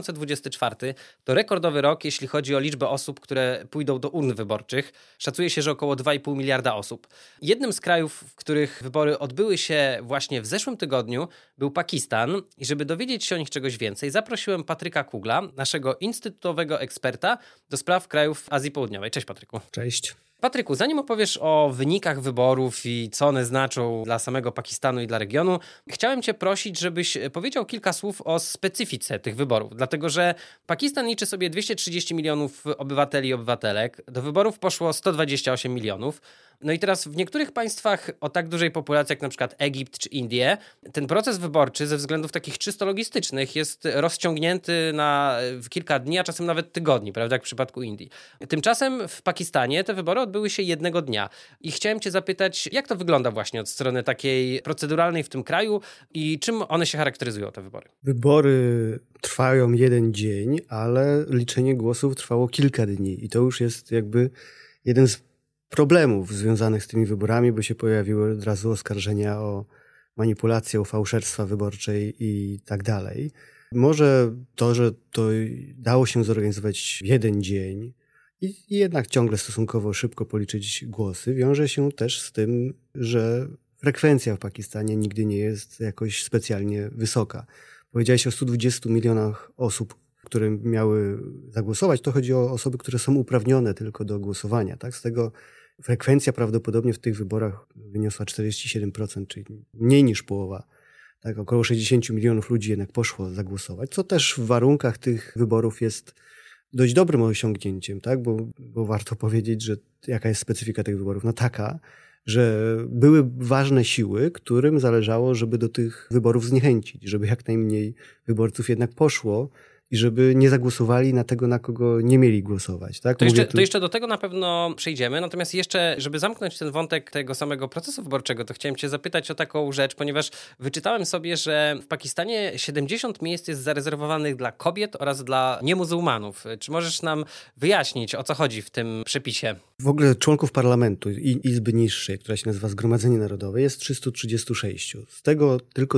2024 to rekordowy rok, jeśli chodzi o liczbę osób, które pójdą do urn wyborczych. Szacuje się, że około 2,5 miliarda osób. Jednym z krajów, w których wybory odbyły się właśnie w zeszłym tygodniu, był Pakistan. I żeby dowiedzieć się o nich czegoś więcej, zaprosiłem Patryka Kugla, naszego instytutowego eksperta do spraw krajów Azji Południowej. Cześć, Patryku. Cześć. Patryku, zanim opowiesz o wynikach wyborów i co one znaczą dla samego Pakistanu i dla regionu, chciałem cię prosić, żebyś powiedział kilka słów o specyfice tych wyborów, dlatego że Pakistan liczy sobie 230 milionów obywateli i obywatelek, do wyborów poszło 128 milionów. No i teraz w niektórych państwach o tak dużej populacji jak na przykład Egipt czy Indie, ten proces wyborczy ze względów takich czysto logistycznych jest rozciągnięty na kilka dni, a czasem nawet tygodni, prawda, jak w przypadku Indii. Tymczasem w Pakistanie te wybory odbyły się jednego dnia i chciałem cię zapytać, jak to wygląda właśnie od strony takiej proceduralnej w tym kraju i czym one się charakteryzują, te wybory? Wybory trwają jeden dzień, ale liczenie głosów trwało kilka dni i to już jest jakby jeden z problemów związanych z tymi wyborami, bo się pojawiły od razu oskarżenia o manipulację, o fałszerstwa wyborczej i tak dalej. Może to, że to dało się zorganizować w jeden dzień i jednak ciągle stosunkowo szybko policzyć głosy, wiąże się też z tym, że frekwencja w Pakistanie nigdy nie jest jakoś specjalnie wysoka. Powiedziałeś o 120 milionach osób, które miały zagłosować. To chodzi o osoby, które są uprawnione tylko do głosowania. Tak? Z tego frekwencja prawdopodobnie w tych wyborach wyniosła 47%, czyli mniej niż połowa. Tak, około 60 milionów ludzi jednak poszło zagłosować, co też w warunkach tych wyborów jest dość dobrym osiągnięciem, tak? Bo warto powiedzieć, że jaka jest specyfika tych wyborów? No taka, że były ważne siły, którym zależało, żeby do tych wyborów zniechęcić, żeby jak najmniej wyborców jednak poszło i żeby nie zagłosowali na tego, na kogo nie mieli głosować. Tak? To jeszcze do tego na pewno przejdziemy, natomiast jeszcze, żeby zamknąć ten wątek tego samego procesu wyborczego, to chciałem cię zapytać o taką rzecz, ponieważ wyczytałem sobie, że w Pakistanie 70 miejsc jest zarezerwowanych dla kobiet oraz dla niemuzułmanów. Czy możesz nam wyjaśnić, o co chodzi w tym przepisie? W ogóle członków parlamentu i Izby Niższej, która się nazywa Zgromadzenie Narodowe, jest 336. Z tego tylko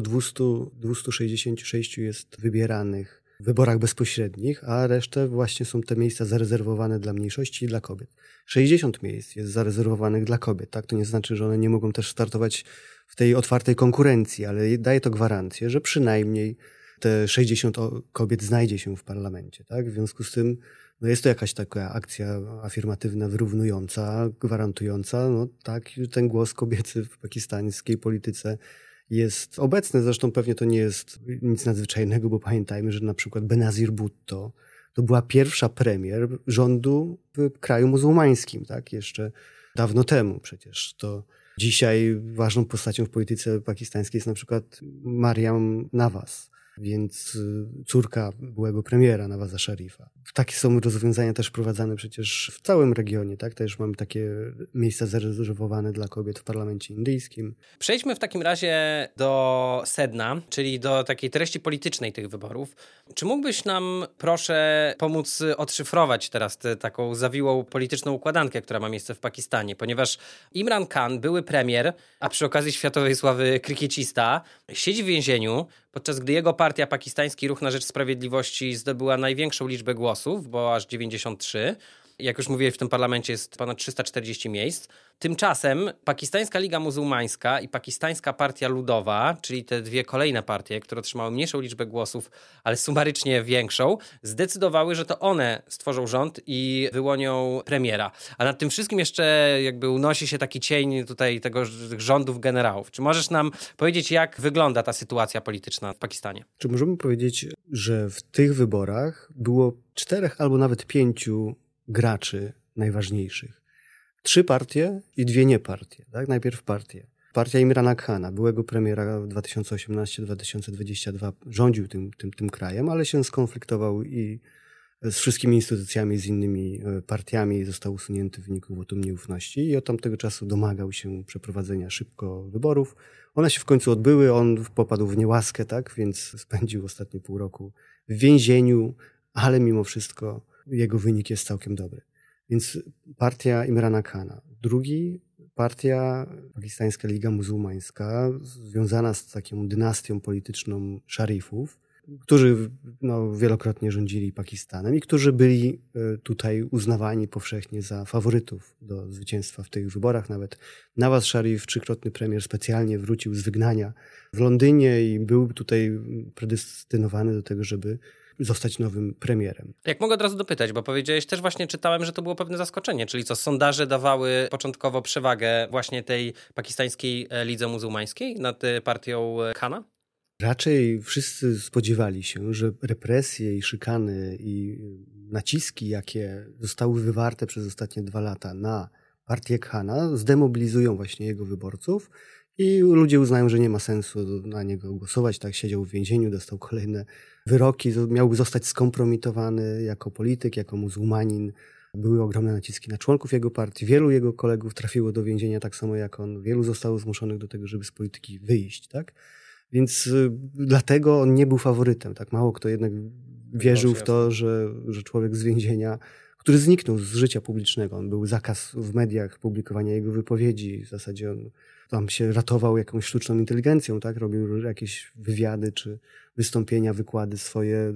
266 jest wybieranych w wyborach bezpośrednich, a resztę właśnie są te miejsca zarezerwowane dla mniejszości i dla kobiet. 60 miejsc jest zarezerwowanych dla kobiet, tak? To nie znaczy, że one nie mogą też startować w tej otwartej konkurencji, ale daje to gwarancję, że przynajmniej te 60 kobiet znajdzie się w parlamencie, tak? W związku z tym no jest to jakaś taka akcja afirmatywna, wyrównująca, gwarantująca, no tak, ten głos kobiecy w pakistańskiej polityce jest obecny. Zresztą pewnie to nie jest nic nadzwyczajnego, bo pamiętajmy, że na przykład Benazir Bhutto to była pierwsza premier rządu w kraju muzułmańskim, tak? Jeszcze dawno temu przecież. To dzisiaj ważną postacią w polityce pakistańskiej jest na przykład Maryam Nawaz, więc córka byłego premiera Nawaza Szarifa. Takie są rozwiązania też wprowadzane przecież w całym regionie, tak? Też mamy takie miejsca zarezerwowane dla kobiet w parlamencie indyjskim. Przejdźmy w takim razie do sedna, czyli do takiej treści politycznej tych wyborów. Czy mógłbyś nam, proszę, pomóc odszyfrować teraz tę taką zawiłą polityczną układankę, która ma miejsce w Pakistanie? Ponieważ Imran Khan, były premier, a przy okazji światowej sławy krykiecista, siedzi w więzieniu, podczas gdy jego partia Pakistański Ruch na Rzecz Sprawiedliwości zdobyła największą liczbę głosów, bo aż 93. Jak już mówiłeś, w tym parlamencie jest ponad 340 miejsc. Tymczasem Pakistańska Liga Muzułmańska i Pakistańska Partia Ludowa, czyli te dwie kolejne partie, które otrzymały mniejszą liczbę głosów, ale sumarycznie większą, zdecydowały, że to one stworzą rząd i wyłonią premiera. A nad tym wszystkim jeszcze jakby unosi się taki cień tutaj tych rządów generałów. Czy możesz nam powiedzieć, jak wygląda ta sytuacja polityczna w Pakistanie? Czy możemy powiedzieć, że w tych wyborach było 4 albo nawet 5 graczy najważniejszych? 3 partie i 2 niepartie. Tak? Najpierw partie. Partia Imrana Khana, byłego premiera w 2018-2022, rządził tym krajem, ale się skonfliktował i z wszystkimi instytucjami, z innymi partiami, został usunięty w wyniku wotum nieufności i od tamtego czasu domagał się przeprowadzenia szybko wyborów. One się w końcu odbyły, on popadł w niełaskę, tak? Więc spędził ostatnie pół roku w więzieniu, ale mimo wszystko jego wynik jest całkiem dobry. Więc partia Imrana Khana. Drugi partia Pakistańska Liga Muzułmańska, związana z taką dynastią polityczną szarifów, którzy wielokrotnie rządzili Pakistanem i którzy byli tutaj uznawani powszechnie za faworytów do zwycięstwa w tych wyborach. Nawet Nawaz Sharif, trzykrotny premier, specjalnie wrócił z wygnania w Londynie i był tutaj predestynowany do tego, żeby zostać nowym premierem. Jak mogę od razu dopytać, bo powiedziałeś też właśnie, czytałem, że to było pewne zaskoczenie, czyli co, sondaże dawały początkowo przewagę właśnie tej pakistańskiej lidze muzułmańskiej nad partią Khana? Raczej wszyscy spodziewali się, że represje i szykany i naciski, jakie zostały wywarte przez ostatnie 2 lata na partię Khana, zdemobilizują właśnie jego wyborców i ludzie uznają, że nie ma sensu na niego głosować. Tak, siedział w więzieniu, dostał kolejne wyroki, miałby zostać skompromitowany jako polityk, jako muzułmanin. Były ogromne naciski na członków jego partii. Wielu jego kolegów trafiło do więzienia tak samo jak on. Wielu zostało zmuszonych do tego, żeby z polityki wyjść, tak? Więc dlatego on nie był faworytem. Tak mało kto jednak wierzył w to, że człowiek z więzienia, który zniknął z życia publicznego, on był zakaz w mediach publikowania jego wypowiedzi. W zasadzie on tam się ratował jakąś sztuczną inteligencją, tak? Robił jakieś wywiady czy wystąpienia, wykłady swoje,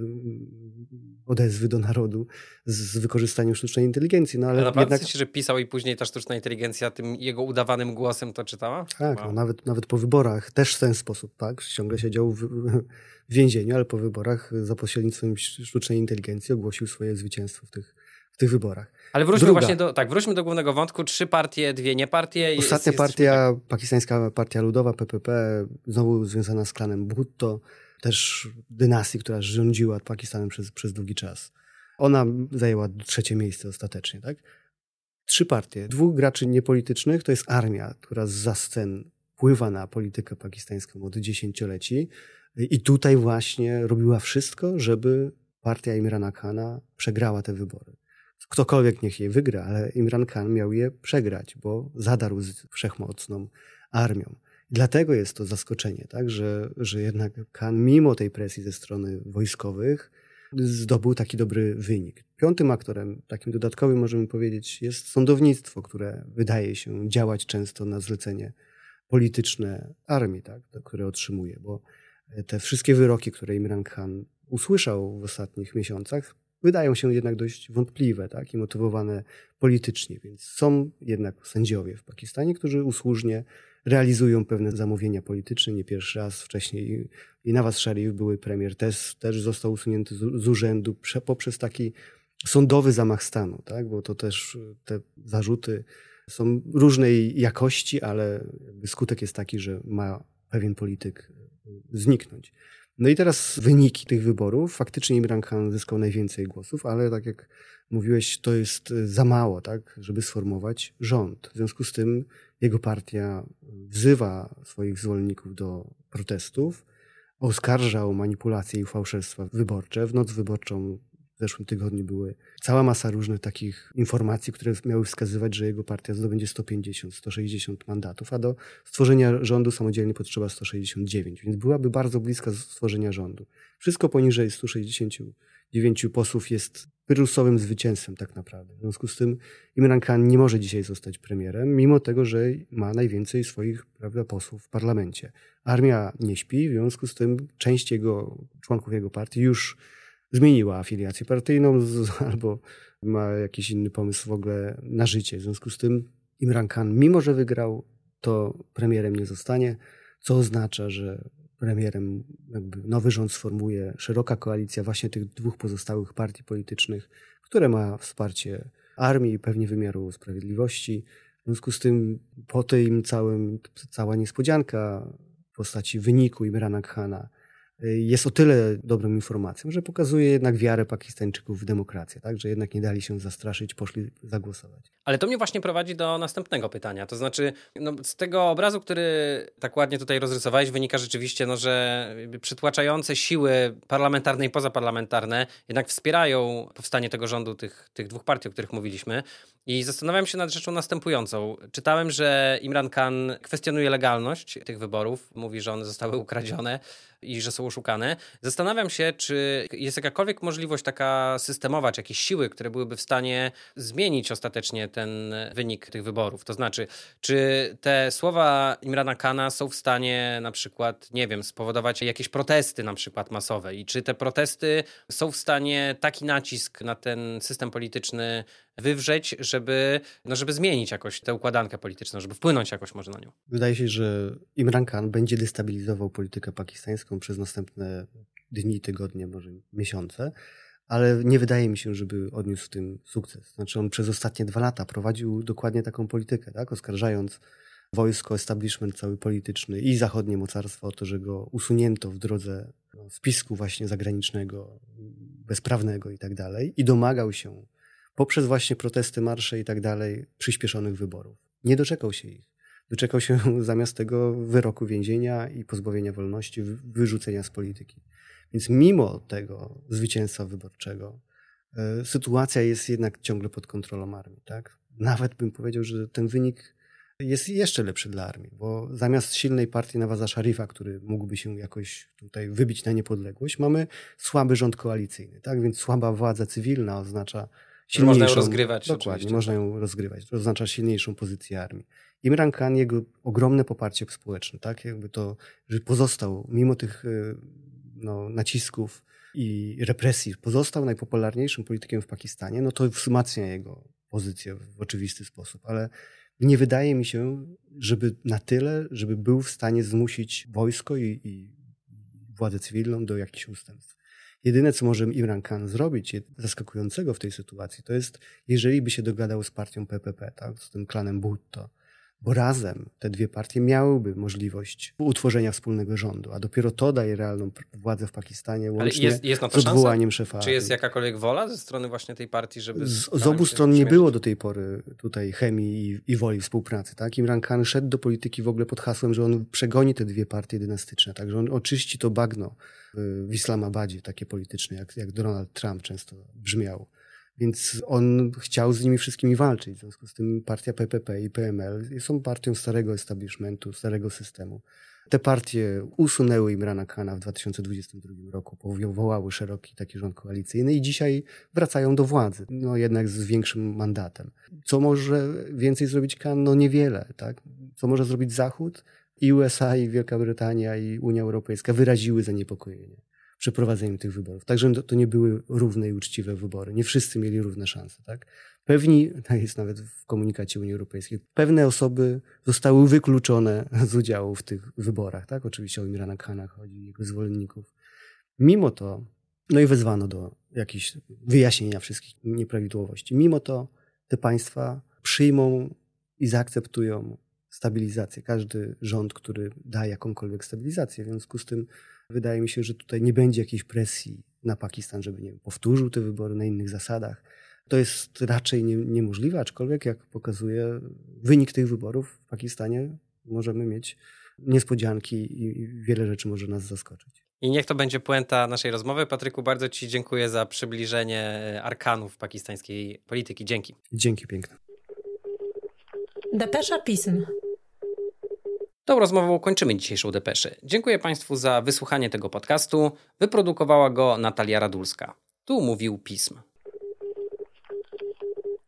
odezwy do narodu z wykorzystaniem sztucznej inteligencji. Ale naprawdę jednak... Myślisz, że pisał i później ta sztuczna inteligencja tym jego udawanym głosem to czytała? Tak, wow. Nawet po wyborach też w ten sposób, tak? Ciągle siedział w więzieniu, ale po wyborach za pośrednictwem sztucznej inteligencji ogłosił swoje zwycięstwo w tych wyborach. Ale wróćmy właśnie wróćmy do głównego wątku. 3 partie, 2 niepartie. Ostatnia partia, Pakistańska Partia Ludowa, PPP, znowu związana z klanem Bhutto, też dynastii, która rządziła Pakistanem przez długi czas. Ona zajęła 3. miejsce ostatecznie, tak? 3 partie, 2 graczy niepolitycznych, to jest armia, która zza scen wpływa na politykę pakistańską od dziesięcioleci i tutaj właśnie robiła wszystko, żeby partia Imrana Khana przegrała te wybory. Ktokolwiek niech je wygra, ale Imran Khan miał je przegrać, bo zadarł z wszechmocną armią. I dlatego jest to zaskoczenie, tak, że jednak Khan mimo tej presji ze strony wojskowych zdobył taki dobry wynik. 5. aktorem, takim dodatkowym możemy powiedzieć, jest sądownictwo, które wydaje się działać często na zlecenie polityczne armii, tak, które otrzymuje, bo te wszystkie wyroki, które Imran Khan usłyszał w ostatnich miesiącach, wydają się jednak dość wątpliwe, tak, i motywowane politycznie, więc są jednak sędziowie w Pakistanie, którzy usłużnie realizują pewne zamówienia polityczne. Nie pierwszy raz wcześniej i Nawaz Sharif, były premier, też został usunięty z urzędu poprzez taki sądowy zamach stanu, tak, bo to też te zarzuty są różnej jakości, ale skutek jest taki, że ma pewien polityk zniknąć. No i teraz wyniki tych wyborów. Faktycznie Imran Khan zyskał najwięcej głosów, ale tak jak mówiłeś, to jest za mało, tak, żeby sformować rząd. W związku z tym jego partia wzywa swoich zwolenników do protestów, oskarża o manipulacje i fałszerstwa wyborcze. W noc wyborczą w zeszłym tygodniu były cała masa różnych takich informacji, które miały wskazywać, że jego partia zdobędzie 150, 160 mandatów, a do stworzenia rządu samodzielnie potrzeba 169, więc byłaby bardzo bliska stworzenia rządu. Wszystko poniżej 169 posłów jest pyrrhusowym zwycięstwem tak naprawdę. W związku z tym Imran Khan nie może dzisiaj zostać premierem, mimo tego, że ma najwięcej swoich, prawda, posłów w parlamencie. Armia nie śpi, w związku z tym część członków jego partii już zmieniła afiliację partyjną albo ma jakiś inny pomysł w ogóle na życie. W związku z tym Imran Khan, mimo że wygrał, to premierem nie zostanie, co oznacza, że premierem jakby nowy rząd sformuje szeroka koalicja właśnie tych 2 pozostałych partii politycznych, które ma wsparcie armii i pewnie wymiaru sprawiedliwości. W związku z tym po tym cała niespodzianka w postaci wyniku Imrana Khana jest o tyle dobrą informacją, że pokazuje jednak wiarę Pakistańczyków w demokrację, tak? Że jednak nie dali się zastraszyć, poszli zagłosować. Ale to mnie właśnie prowadzi do następnego pytania. To znaczy, z tego obrazu, który tak ładnie tutaj rozrysowałeś, wynika rzeczywiście, że przytłaczające siły parlamentarne i pozaparlamentarne jednak wspierają powstanie tego rządu, tych 2 partii, o których mówiliśmy. I zastanawiam się nad rzeczą następującą. Czytałem, że Imran Khan kwestionuje legalność tych wyborów. Mówi, że one zostały ukradzione. i że są oszukane. Zastanawiam się, czy jest jakakolwiek możliwość taka systemowa, czy jakieś siły, które byłyby w stanie zmienić ostatecznie ten wynik tych wyborów. To znaczy, czy te słowa Imrana Khana są w stanie na przykład, nie wiem, spowodować jakieś protesty na przykład masowe i czy te protesty są w stanie taki nacisk na ten system polityczny wywrzeć, żeby zmienić jakoś tę układankę polityczną, żeby wpłynąć jakoś może na nią. Wydaje się, że Imran Khan będzie destabilizował politykę pakistańską przez następne dni, tygodnie, może miesiące, ale nie wydaje mi się, żeby odniósł w tym sukces. Znaczy on przez ostatnie 2 lata prowadził dokładnie taką politykę, tak? Oskarżając wojsko, establishment cały polityczny i zachodnie mocarstwa o to, że go usunięto w drodze spisku właśnie zagranicznego, bezprawnego i tak dalej i domagał się poprzez właśnie protesty, marsze i tak dalej przyspieszonych wyborów. Nie doczekał się ich. Doczekał się zamiast tego wyroku więzienia i pozbawienia wolności, wyrzucenia z polityki. Więc mimo tego zwycięstwa wyborczego sytuacja jest jednak ciągle pod kontrolą armii. Tak? Nawet bym powiedział, że ten wynik jest jeszcze lepszy dla armii, bo zamiast silnej partii Nawaza Szarifa, który mógłby się jakoś tutaj wybić na niepodległość, mamy słaby rząd koalicyjny. Tak? Więc słaba władza cywilna oznacza silniejszą... Można ją rozgrywać. Dokładnie, oczywiście. można ją rozgrywać. To oznacza silniejszą pozycję armii. Imran Khan, jego ogromne poparcie społeczne, tak? Jakby to, że pozostał mimo tych nacisków i represji, pozostał najpopularniejszym politykiem w Pakistanie, no to wzmacnia jego pozycję w oczywisty sposób, ale nie wydaje mi się, żeby na tyle, żeby był w stanie zmusić wojsko i władzę cywilną do jakichś ustępstw. Jedyne, co może Imran Khan zrobić, zaskakującego w tej sytuacji, to jest, jeżeli by się dogadał z partią PPP, tak, z tym klanem Bhutto, bo razem te dwie partie miałyby możliwość utworzenia wspólnego rządu, a dopiero to daje realną władzę w Pakistanie łącznie jest na to z odwołaniem szansa? szefa. Czy jest jakakolwiek wola ze strony właśnie tej partii, żeby... Z obu stron nie było do tej pory tutaj chemii i woli współpracy. Tak? Imran Khan szedł do polityki w ogóle pod hasłem, że on przegoni te dwie partie dynastyczne, tak? Że on oczyści to bagno w Islamabadzie, takie polityczne, jak Donald Trump często brzmiał. Więc on chciał z nimi wszystkimi walczyć. W związku z tym partia PPP i PML są partią starego establishmentu, starego systemu. Te partie usunęły Imrana Khana w 2022 roku, powołały szeroki taki rząd koalicyjny i dzisiaj wracają do władzy, no jednak z większym mandatem. Co może więcej zrobić Khan? No niewiele. Tak? Co może zrobić Zachód? I USA, i Wielka Brytania, i Unia Europejska wyraziły zaniepokojenie przeprowadzeniem tych wyborów. Także to nie były równe i uczciwe wybory. Nie wszyscy mieli równe szanse. Tak? Pewni, tak jest nawet w komunikacie Unii Europejskiej, pewne osoby zostały wykluczone z udziału w tych wyborach. Tak? Oczywiście o Imrana Khana chodzi, jego zwolenników. Mimo to, no i wezwano do jakichś wyjaśnienia wszystkich nieprawidłowości. Mimo to te państwa przyjmą i zaakceptują stabilizację. Każdy rząd, który da jakąkolwiek stabilizację. W związku z tym wydaje mi się, że tutaj nie będzie jakiejś presji na Pakistan, żeby nie wiem, powtórzył te wybory na innych zasadach. To jest raczej niemożliwe, aczkolwiek jak pokazuje wynik tych wyborów w Pakistanie, możemy mieć niespodzianki i wiele rzeczy może nas zaskoczyć. I niech to będzie puenta naszej rozmowy. Patryku, bardzo Ci dziękuję za przybliżenie arkanów pakistańskiej polityki. Dzięki. Dzięki piękne. Depesza Pism. Tą rozmową kończymy dzisiejszą depeszę. Dziękuję Państwu za wysłuchanie tego podcastu. Wyprodukowała go Natalia Radulska. Tu mówił Pism.